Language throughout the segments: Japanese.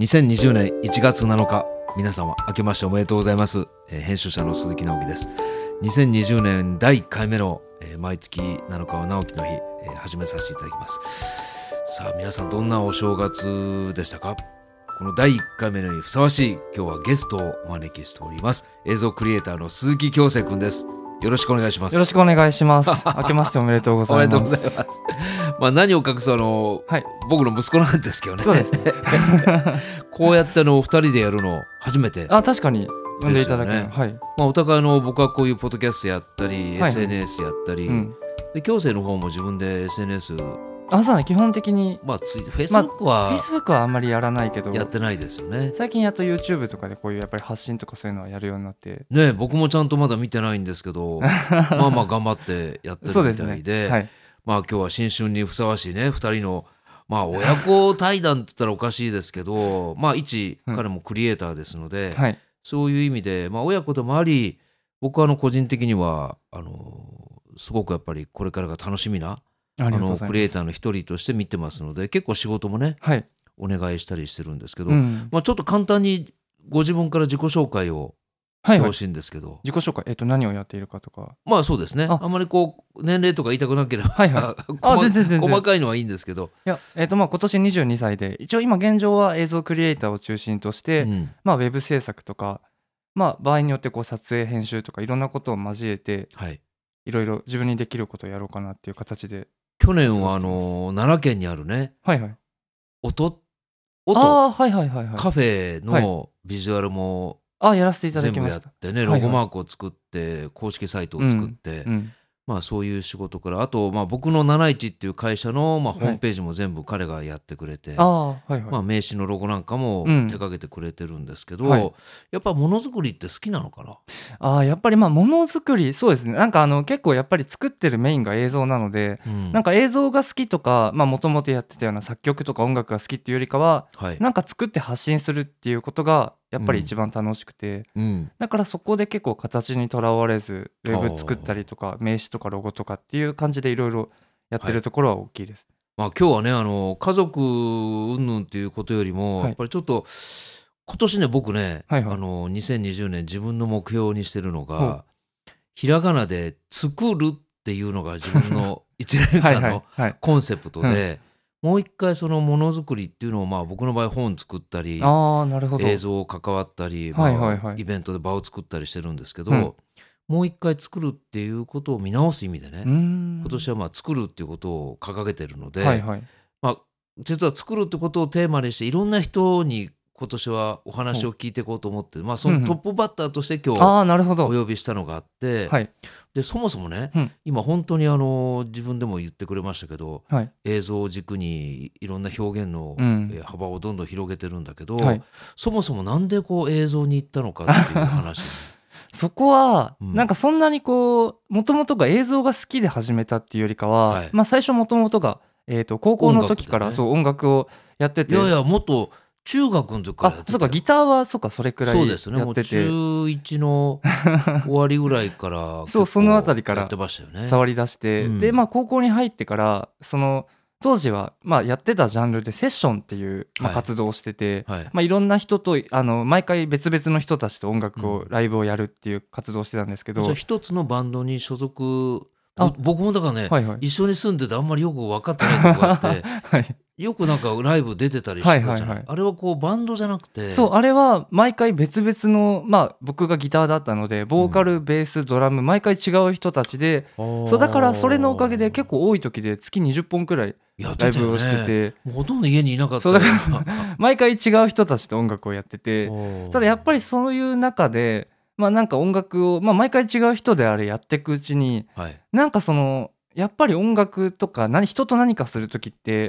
2020年1月7日、皆様明けましておめでとうございます。編集者の鈴木直樹です。2020年第1回目の、毎月7日は直樹の日、始めさせていただきます。さあ皆さん、どんなお正月でしたか？この第1回目にふさわしい今日はゲストをお招きしております。映像クリエイターの鈴木恭生くんです。よろしくお願いします。 よろしくお願いします。明けましておめでとうございます。 おめでとうございます。何を隠す僕の息子なんですけどね。 そうですね。 こうやってお二人でやるの初めて。 確かに呼んでいただける、はい。 お互い僕はこういうポッドキャストやったり、 はい、 SNS やったり、で恭生の方も自分で SNS そうね、基本的に Facebook はあんまりやらないけどやってないですよね。 最近やっと YouTube とかでこういうやっぱり発信とかそういうのはやるようになってね。僕もちゃんとまだ見てないんですけどまあ頑張ってやってるみたいで、 はい、 今日は新春にふさわしいね2人の親子対談って言ったらおかしいですけど一彼もクリエイターですので、 はい、 そういう意味で、親子でもあり、僕は個人的にはすごくやっぱりこれからが楽しみなクリエイターの一人として見てますので、結構仕事もね、 はい、 お願いしたりしてるんですけど、ちょっと簡単にご自分から自己紹介をしてほしいんですけど、 自己紹介、何をやっているかとか。 そうですね。あんまり年齢とか言いたくなければ、 全然細かいのはいいんですけど、 いや、今年22歳で、一応今現状は映像クリエイターを中心として、ウェブ制作とか、場合によって撮影編集とかいろんなことを交えて、いろいろ自分にできることをやろうかなっていう形で。 去年は奈良県にあるね、音カフェのビジュアルもやらせていただきました。 全部やってね、ロゴマークを作って公式サイトを作って、そういう仕事から、あと僕の71っていう会社のホームページも全部彼がやってくれて、名刺のロゴなんかも手掛けてくれてるんですけど、やっぱものづくりって好きなのかな？ やっぱりものづくり、そうですね。なんか結構やっぱり作ってるメインが映像なので、なんか映像が好きとか、もともとやってたような作曲とか音楽が好きっていうよりかは、なんか作って発信するっていうことがやっぱり一番楽しくて、だからそこで結構形にとらわれずウェブ作ったりとか名刺とかロゴとかっていう感じでいろいろやってるところは大きいです。 今日はね家族云々っていうことよりも、やっぱりちょっと今年ね、僕ね、2020年自分の目標にしてるのが、ひらがなで作るっていうのが自分の1年間のコンセプトで、もう一回そのものづくりっていうのを僕の場合本作ったり、映像関わったり、イベントで場を作ったりしてるんですけど、もう一回作るっていうことを見直す意味でね、今年は作るっていうことを掲げてるので、実は作るってことをテーマにしていろんな人に今年はお話を聞いていこうと思って、そのトップバッターとして今日お呼びしたのがあって、でそもそもね、今本当に自分でも言ってくれましたけど、映像を軸にいろんな表現の幅をどんどん広げてるんだけど、そもそもなんで映像に行ったのかっていう話そこはなんかそんなにもともとが映像が好きで始めたっていうよりかは、最初もともとが高校の時から音楽をやってて、 いやもっと中学の時からやってた。 そうか、ギターはそれくらいやってて、 そうですね、もう中1の終わりぐらいからそのあたりからやってましたよね。 触り出して、で高校に入ってから当時はやってたジャンルでセッションっていう活動をしてて、いろんな人と毎回別々の人たちと音楽をライブをやるっていう活動をしてたんですけど、 じゃあ一つのバンドに所属、僕もだからね、一緒に住んでてあんまりよく分かってないとこがあってよくなんかライブ出てたりしてたじゃない。あれはバンドじゃなくて、 あれは毎回別々の僕がギターだったのでボーカル、ベース、ドラム毎回違う人たちで、だからそれのおかげで結構多い時で月20本くらいライブをしてて、 もうほとんど家にいなかっただから毎回違う人たちと音楽をやってて、ただやっぱりそういう中でなんか音楽を毎回違う人であれやっていくうちに、なんかやっぱり音楽とか人と何かする時って、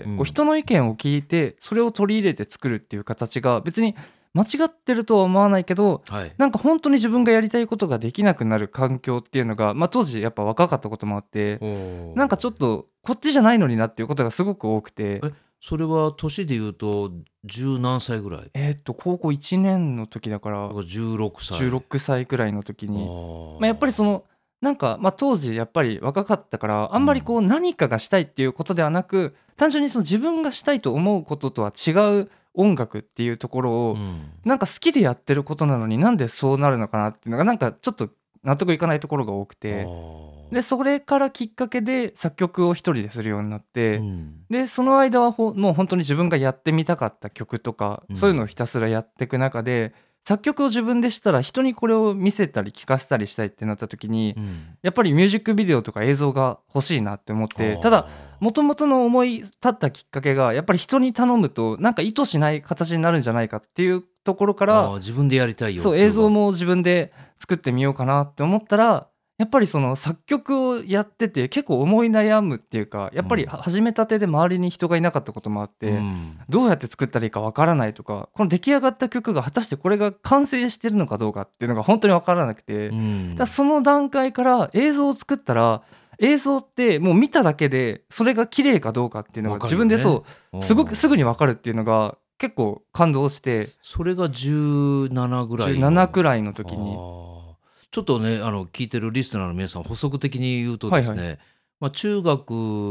人の意見を聞いてそれを取り入れて作るっていう形が別に間違ってるとは思わないけど、なんか本当に自分がやりたいことができなくなる環境っていうのが、当時やっぱ若かったこともあって、なんかちょっとこっちじゃないのになっていうことがすごく多くて。 それは年でいうと十何歳ぐらい？ 高校1年の時だから16歳くらいの時に、やっぱりなんか当時やっぱり若かったからあんまり何かがしたいっていうことではなく、単純に自分がしたいと思うこととは違う音楽っていうところを、なんか好きでやってることなのになんでそうなるのかなっていうのがなんかちょっと納得いかないところが多くて、でそれからきっかけで作曲を一人でするようになって、でその間はもう本当に自分がやってみたかった曲とか、そういうのをひたすらやっていく中で、作曲を自分でしたら人にこれを見せたり聴かせたりしたいってなった時に、やっぱりミュージックビデオとか映像が欲しいなって思って、ただもともとの思い立ったきっかけがやっぱり人に頼むとなんか意図しない形になるんじゃないかっていうところから、 自分でやりたいよそう映像も自分で作ってみようかなって思ったら、やっぱりその作曲をやってて結構思い悩むっていうか、やっぱり始めたてで周りに人がいなかったこともあって、どうやって作ったらいいかわからないとか、この出来上がった曲が果たしてこれが完成してるのかどうかっていうのが本当にわからなくて、だその段階から映像を作ったら、映像ってもう見ただけでそれが綺麗かどうかっていうのが自分ですごくすぐにわかるっていうのが結構感動して、 それが17ぐらい 17くらいの時にちょっとね聞いてるリスナーの皆さん補足的に言うとですね、中学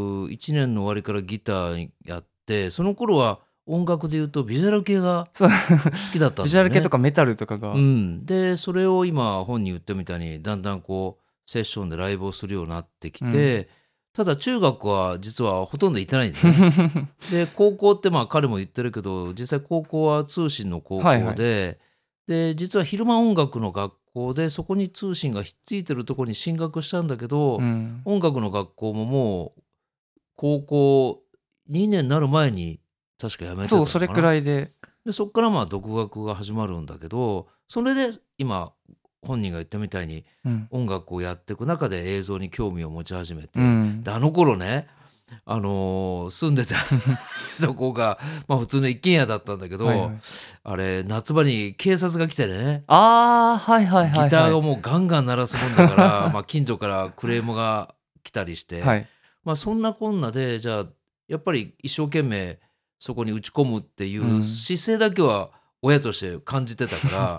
1年の終わりからギターやって、その頃は音楽で言うとビジュアル系が好きだったんだよね。 ビジュアル系とかメタルとかが、 でそれを今本に言ったみたいにだんだんこうセッションでライブをするようになってきて、ただ中学は実はほとんど行ってないんだよね。で高校って彼も言ってるけど、実際高校は通信の高校で、で実は昼間音楽の学校でそこに通信がひっついてるところに進学したんだけど、音楽の学校ももう高校2年になる前に確か辞めてたのかな。 そうそれくらいで、 そこから独学が始まるんだけど、それで今本人が言ったみたいに音楽をやっていく中で映像に興味を持ち始めて、で頃ね住んでたとこが、普通の一軒家だったんだけど、あれ夏場に警察が来てね、ギターがもうガンガン鳴らすもんだから近所からクレームが来たりして、そんなこんなでじゃあやっぱり一生懸命そこに打ち込むっていう姿勢だけは親として感じてたから、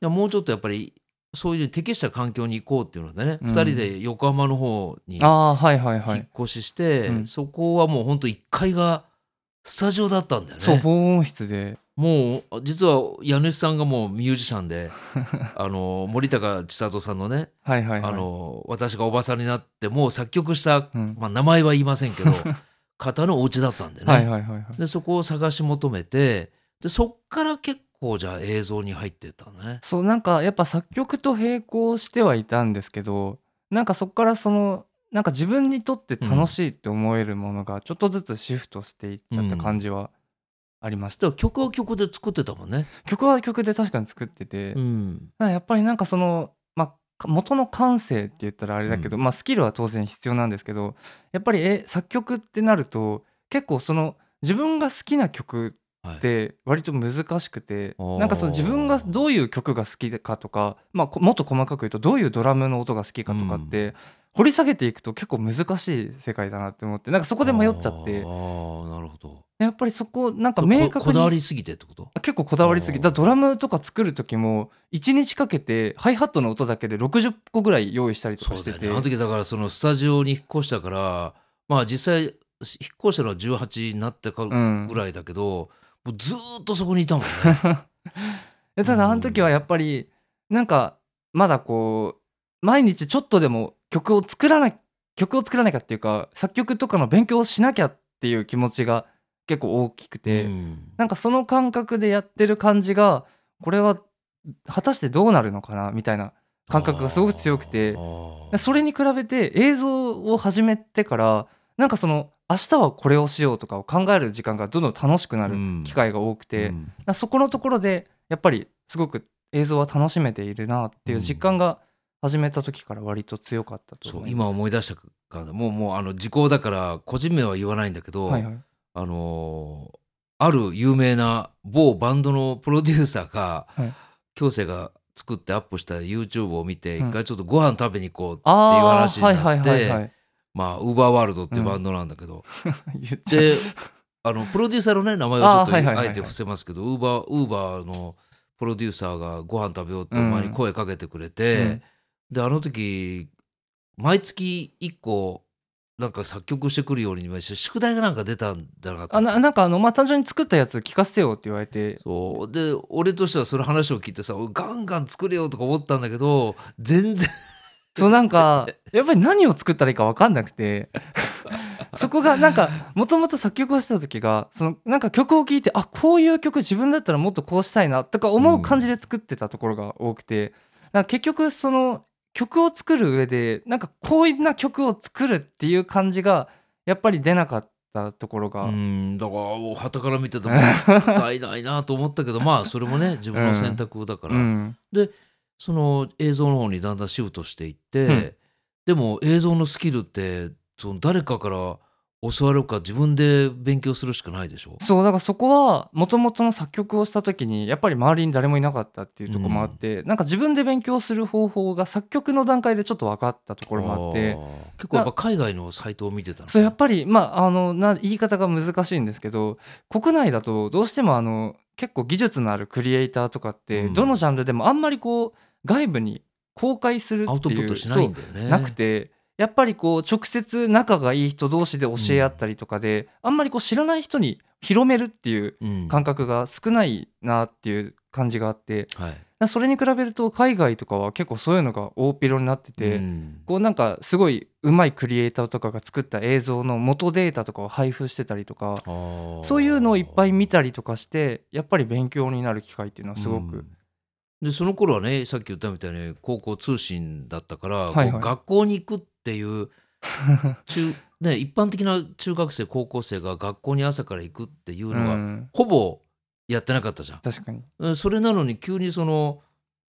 もうちょっとやっぱりそういう適した環境に行こうっていうのでね、2人で横浜の方に引っ越しして、そこはもうほんと1階がスタジオだったんだよね。 そう防音室で、 もう実は家主さんがもうミュージシャンで森高千里さんのね、私がおばさんになってもう作曲した、名前は言いませんけど方のお家だったんでね、でそこを探し求めて、でそっから結構じゃあ映像に入ってったね。 そうなんかやっぱ作曲と並行してはいたんですけど、なんかそっからなんか自分にとって楽しいって思えるものがちょっとずつシフトしていっちゃった感じはありました。 曲は曲で作ってたもんね。 曲は曲で確かに作ってて、ただやっぱりなんか元の感性って言ったらあれだけど、スキルは当然必要なんですけど、やっぱり作曲ってなると結構自分が好きな曲って割と難しくて、なんか自分がどういう曲が好きかとか、もっと細かく言うとどういうドラムの音が好きかとかって掘り下げていくと結構難しい世界だなって思って、なんかそこで迷っちゃって。 なるほど。 やっぱりそこなんか明確にこだわりすぎてってこと？ 結構こだわりすぎだ。ドラムとか作る時も1日かけてハイハットの音だけで60個ぐらい用意したりとかしてて、 そうだよね。あの時だからそのスタジオに引っ越したから、実際引っ越したのは18になってからぐらいだけど、もうずっとそこにいたもんね。 ただあの時はやっぱりなんかまだ毎日ちょっとでも曲を作らなきゃっていうか、作曲とかの勉強をしなきゃっていう気持ちが結構大きくて、なんかその感覚でやってる感じが、これは果たしてどうなるのかなみたいな感覚がすごく強くて、それに比べて映像を始めてからなんか明日はこれをしようとかを考える時間がどんどん楽しくなる機会が多くて、そこのところでやっぱりすごく映像は楽しめているなっていう実感が始めた時から割と強かったと思います。 そう今思い出したからもう時効だから個人名は言わないんだけど、ある有名な某バンドのプロデューサーが、京成が作ってアップした YouTube を見て、一回ちょっとご飯食べに行こうっていう話になって、ウーバーワールドっていうバンドなんだけど、でプロデューサーのね名前をちょっとあえて伏せますけど、ウーバーのプロデューサーがご飯食べようってお前に声かけてくれて、であの時毎月1個なんか作曲してくるように宿題がなんか出たんじゃなかったあなんかまあ単純に作ったやつ聞かせてよって言われて、 そうで俺としてはその話を聞いてさガンガン作れよとか思ったんだけど全然そうなんかやっぱり何を作ったらいいか分かんなくてそこがなんかもともと作曲をした時がなんか曲を聴いてこういう曲自分だったらもっとこうしたいなとか思う感じで作ってたところが多くて、なんか結局その曲を作る上でなんかこういうな曲を作るっていう感じがやっぱり出なかったところが、 だから傍から見ててもったいないなと思ったけどまあそれもね自分の選択だから、でその映像の方にだんだんシフトしていって、でも映像のスキルってその誰かから教わるか自分で勉強するしかないでしょ。 そうだからそこはもともとの作曲をした時にやっぱり周りに誰もいなかったっていうところもあって、なんか自分で勉強する方法が作曲の段階でちょっと分かったところもあって、 結構やっぱ海外のサイトを見てたの。 そうやっぱり言い方が難しいんですけど、国内だとどうしても結構技術のあるクリエイターとかってどのジャンルでもあんまりこう外部に公開するっていうアウトプットしないんだよね。 なくて、やっぱりこう直接仲がいい人同士で教え合ったりとかで、あんまりこう知らない人に広めるっていう感覚が少ないなっていう感じがあって、それに比べると海外とかは結構そういうのが大っ広になってて、こうなんかすごい上手いクリエイターとかが作った映像の元データとかを配布してたりとか、そういうのをいっぱい見たりとかしてやっぱり勉強になる機会っていうのはすごく、 でその頃はねさっき言ったみたいに高校通信だったから、学校に行くっていう一般的な中学生高校生が学校に朝から行くっていうのが、ほぼやってなかったじゃん。 確かに。 それなのに急にその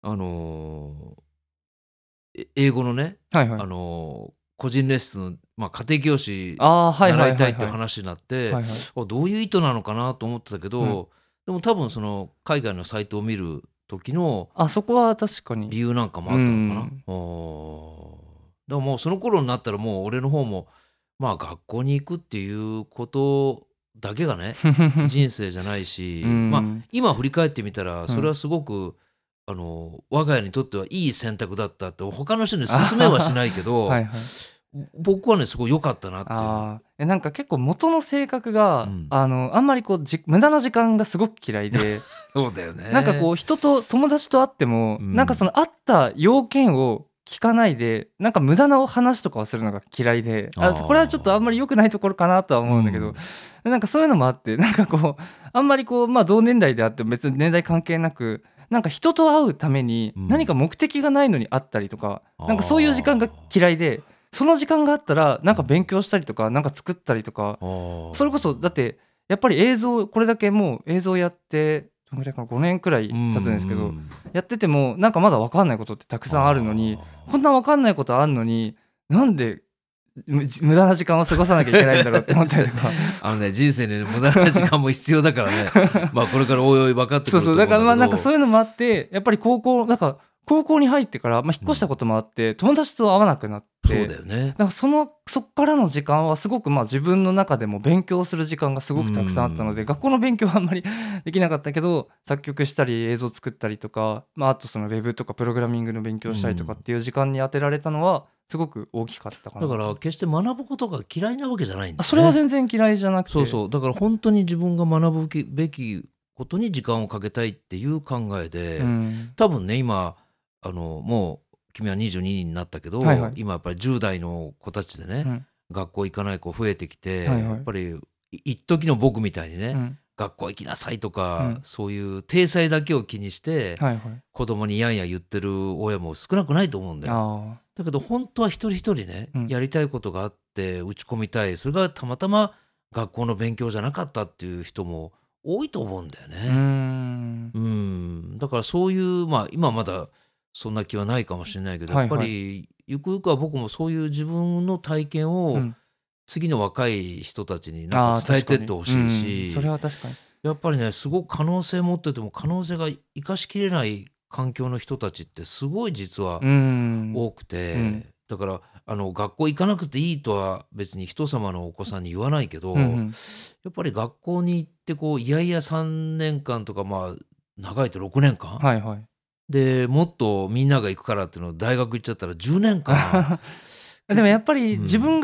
英語のね、個人レッスン、家庭教師習いたいって話になって、どういう意図なのかなと思ってたけど、でも多分その海外のサイトを見る時のそこは確かに理由なんかもあったのかな。だからもうその頃になったらもう俺の方も学校に行くっていうことだけがね人生じゃないし今振り返ってみたらそれはすごく、我が家にとってはいい選択だったって他の人に勧めはしないけど僕はねすごい良かったなっていう。 なんか結構元の性格が、あんまりこう無駄な時間がすごく嫌いでそうだよね。 なんかこう友達と会っても、なんかその会った要件を聞かないでなんか無駄な話とかをするのが嫌いで、これはちょっとあんまり良くないところかなとは思うんだけど、なんかそういうのもあってなんかこうあんまりこう同年代であっても別に年代関係なくなんか人と会うために何か目的がないのに会ったりとか、なんかそういう時間が嫌いで、その時間があったらなんか勉強したりとかなんか作ったりとか、それこそだってやっぱりこれだけもう映像やってどのぐらいかな5年くらい経つんですけど、やっててもなんかまだ分かんないことってたくさんあるのに、こんな分かんないことあるのになんで無駄な時間を過ごさなきゃいけないんだろうって思ったりとか人生に無駄な時間も必要だからねこれからおいおい分かってくると思うんだけど、 だからなんかそういうのもあってやっぱり高校に入ってから、引っ越したこともあって、友達と会わなくなって、 そうだよね。 だからそっからの時間はすごく自分の中でも勉強する時間がすごくたくさんあったので、学校の勉強はあんまりできなかったけど作曲したり映像作ったりとか、あとそのウェブとかプログラミングの勉強したりとかっていう時間に当てられたのはすごく大きかったかな。 だから決して学ぶことが嫌いなわけじゃないんだよね。 それは全然嫌いじゃなくて、 そうだから本当に自分が学ぶべきことに時間をかけたいっていう考えで、多分ね今もう君は22になったけど、今やっぱり10代の子たちでね、学校行かない子増えてきて、やっぱり一時の僕みたいにね、学校行きなさいとか、そういう体裁だけを気にして、子供にやんや言ってる親も少なくないと思うんだよ。だけど本当は一人一人ね、やりたいことがあって打ち込みたい、それがたまたま学校の勉強じゃなかったっていう人も多いと思うんだよね。だからそういう今まだそんな気はないかもしれないけど、やっぱりゆくゆくは僕もそういう自分の体験を次の若い人たちになんか伝えてってほしいし、 それは確かにやっぱりねすごく可能性持ってても可能性が生かしきれない環境の人たちってすごい実は多くて、だから学校行かなくていいとは別に人様のお子さんに言わないけど、やっぱり学校に行っていやいや3年間とか長いと6年間、でもっとみんなが行くからっていうのを大学行っちゃったら10年間でもやっぱり自分が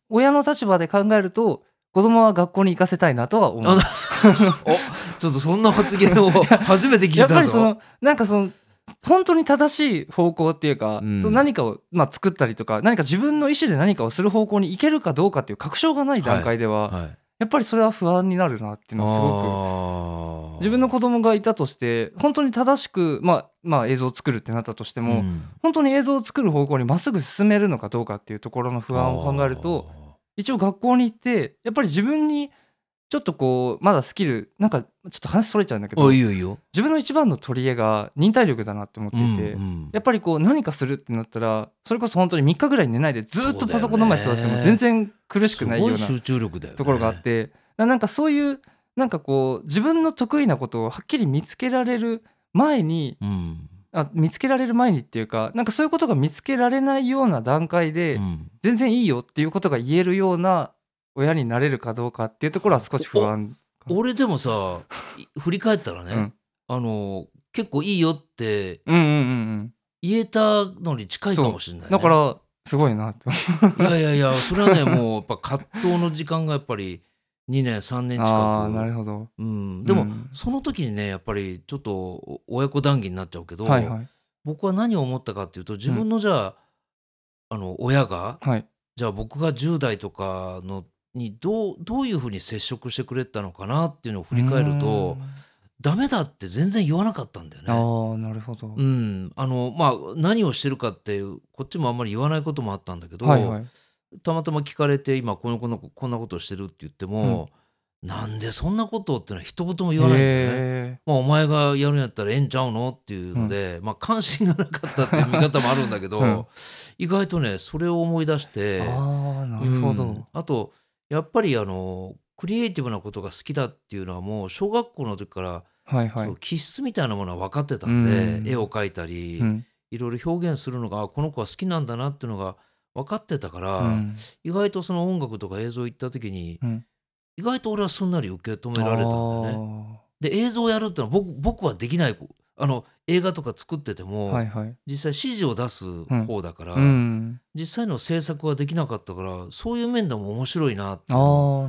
親の立場で考えると子供は学校に行かせたいなとは思う。 おちょっとそんな発言を初めて聞いたぞ。 やっぱりなんか本当に正しい方向っていうか、その何かを作ったりとか、何か自分の意思で何かをする方向に行けるかどうかっていう確証がない段階では、やっぱりそれは不安になるなっていうのはすごく、自分の子供がいたとして本当に正しく映像を作るってなったとしても、本当に映像を作る方向にまっすぐ進めるのかどうかっていうところの不安を考えると、一応学校に行ってやっぱり自分にちょっとこうまだスキルなんかちょっと話それちゃうんだけど、 いいよいいよ。 自分の一番の取り柄が忍耐力だなって思っていて、やっぱりこう何かするってなったらそれこそ本当に3日ぐらい寝ないでずっとパソコンの前に座っても全然苦しくないような集中力だよねところがあって、なんかそういうなんかこう自分の得意なことをはっきり見つけられる前に、見つけられる前にっていうか、なんかそういうことが見つけられないような段階で、全然いいよっていうことが言えるような親になれるかどうかっていうところは少し不安。 俺でもさ振り返ったらね、結構いいよって言えたのに近いかもしれないね。 だからすごいなっていやそれはねもうやっぱ葛藤の時間がやっぱり2年3年近く。 なるほど。 でもその時にねやっぱりちょっと親子談義になっちゃうけど、僕は何を思ったかっていうと、自分のじゃあ、親が、じゃあ僕が10代とかのにどういうふうに接触してくれたのかなっていうのを振り返ると、ダメだって全然言わなかったんだよね。 なるほど。 何をしてるかってこっちもあんまり言わないこともあったんだけど、たまたま聞かれて今こんなことをしてるって言っても、なんでそんなことってのは一言も言わないんだよね。お前がやるんやったらええんちゃうのっていうので、関心がなかったっていう見方もあるんだけど、意外とねそれを思い出して、 なるほど。 あとやっぱりクリエイティブなことが好きだっていうのはもう小学校の時から、そう気質みたいなものは分かってたんで、絵を描いたり、いろいろ表現するのがこの子は好きなんだなっていうのが分かってたから、意外とその音楽とか映像行った時に、意外と俺はすんなり受け止められたんだよね。で映像をやるってのは僕はできない。映画とか作ってても、実際指示を出す方だから、実際の制作はできなかったから、そういう面でも面白いなっていう。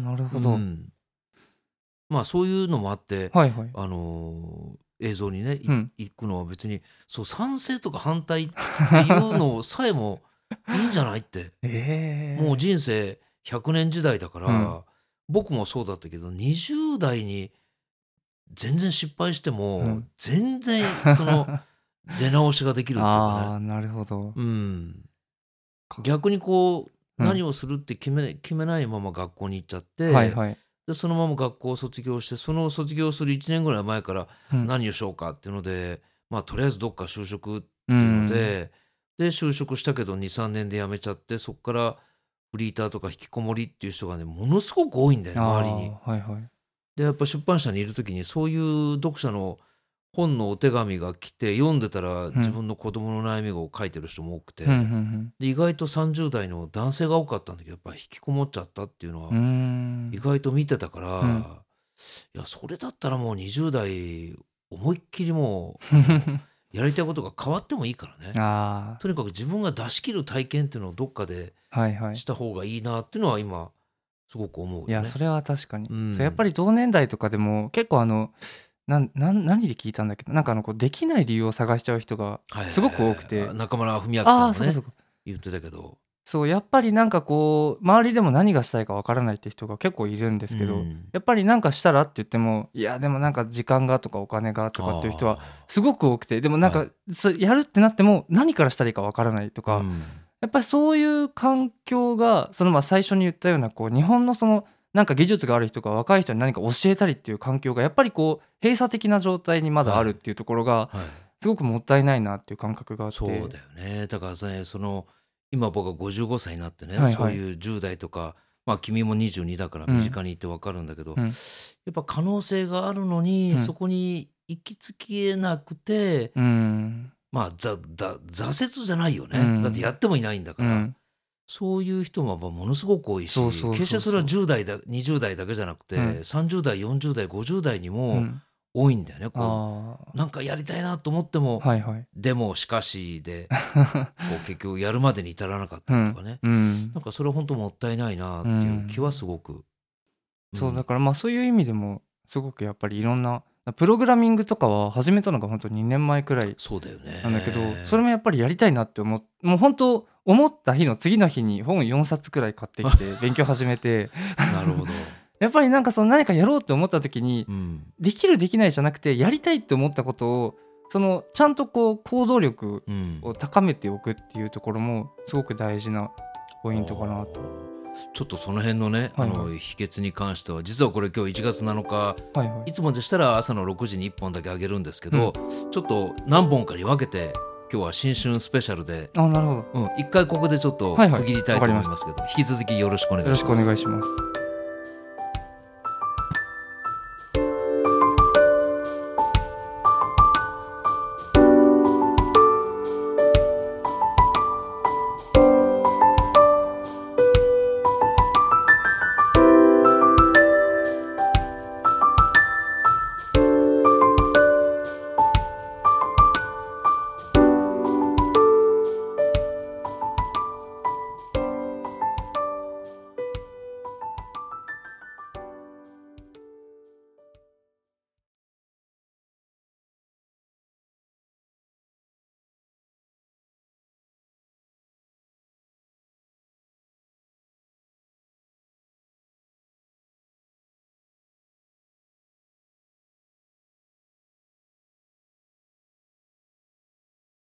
なるほど。 そういうのもあって、映像にね行くのは別に賛成とか反対っていうのさえもいいんじゃないって。もう人生100年時代だから、僕もそうだったけど20代に全然失敗しても、全然出直しができるっていうかね。 なるほど。 逆にこう、何をするって決めないまま学校に行っちゃって、でそのまま学校を卒業して、その卒業する1年ぐらい前から何をしようかっていうので、とりあえずどっか就職っていうので、就職したけど 2,3 年で辞めちゃって、そこからフリーターとか引きこもりっていう人がねものすごく多いんだよね、周りに。でやっぱ出版社にいる時にそういう読者の本のお手紙が来て読んでたら、自分の子供の悩みを書いてる人も多くて、で意外と30代の男性が多かったんだけど、やっぱり引きこもっちゃったっていうのは意外と見てたから、いやそれだったらもう20代思いっきりもうやりたいことが変わってもいいからね。とにかく自分が出し切る体験っていうのをどっかでした方がいいなっていうのは今すごく思うよね。 いやそれは確かに、やっぱり同年代とかでも結構何で聞いたんだけど、なんかこうできない理由を探しちゃう人がすごく多くて、 中村文明さんもね言ってたけど、 やっぱりなんかこう周りでも何がしたいかわからないって人が結構いるんですけど、やっぱりなんかしたらって言っても、いやでもなんか時間がとかお金がとかっていう人はすごく多くて、でもなんかやるってなっても何からしたらいいかわからないとか、やっぱりそういう環境が最初に言ったようなこう日本のなんか技術がある人が若い人に何か教えたりっていう環境がやっぱりこう閉鎖的な状態にまだあるっていうところがすごくもったいないなっていう感覚があって。 そうだよね。だからね今僕が55歳になってね、そういう10代とか、君も22だから身近にいて分かるんだけど、やっぱ可能性があるのに、そこに行き着けなくて、挫折じゃないよね、だってやってもいないんだから、そういう人もものすごく多いし、決してそれは10代20代だけじゃなくて、30代40代50代にも多いんだよね。こうなんかやりたいなと思っても、はいはい、でもしかしでこう結局やるまでに至らなかったりとかね、なんかそれは本当もったいないなっていう気はすごく、 そうだからそういう意味でもすごくやっぱりいろんなプログラミングとかは始めたのが本当2年前くらいなんだけど、それもやっぱりやりたいなってもう本当思った日の次の日に本4冊くらい買ってきて勉強始めてなるほどやっぱりなんか何かやろうって思った時に、できるできないじゃなくてやりたいって思ったことをちゃんと行動力を高めておくっていうところもすごく大事なポイントかなと。 ちょっとその辺のね、秘訣に関しては実はこれ今日1月7日、いつもでしたら朝の6時に1本だけあげるんですけど、ちょっと何本かに分けて今日は新春スペシャルで、 なるほど、 一回ここでちょっと区切りたいと思いますけど、引き続きよろしくお願いします。 よろしくお願いします。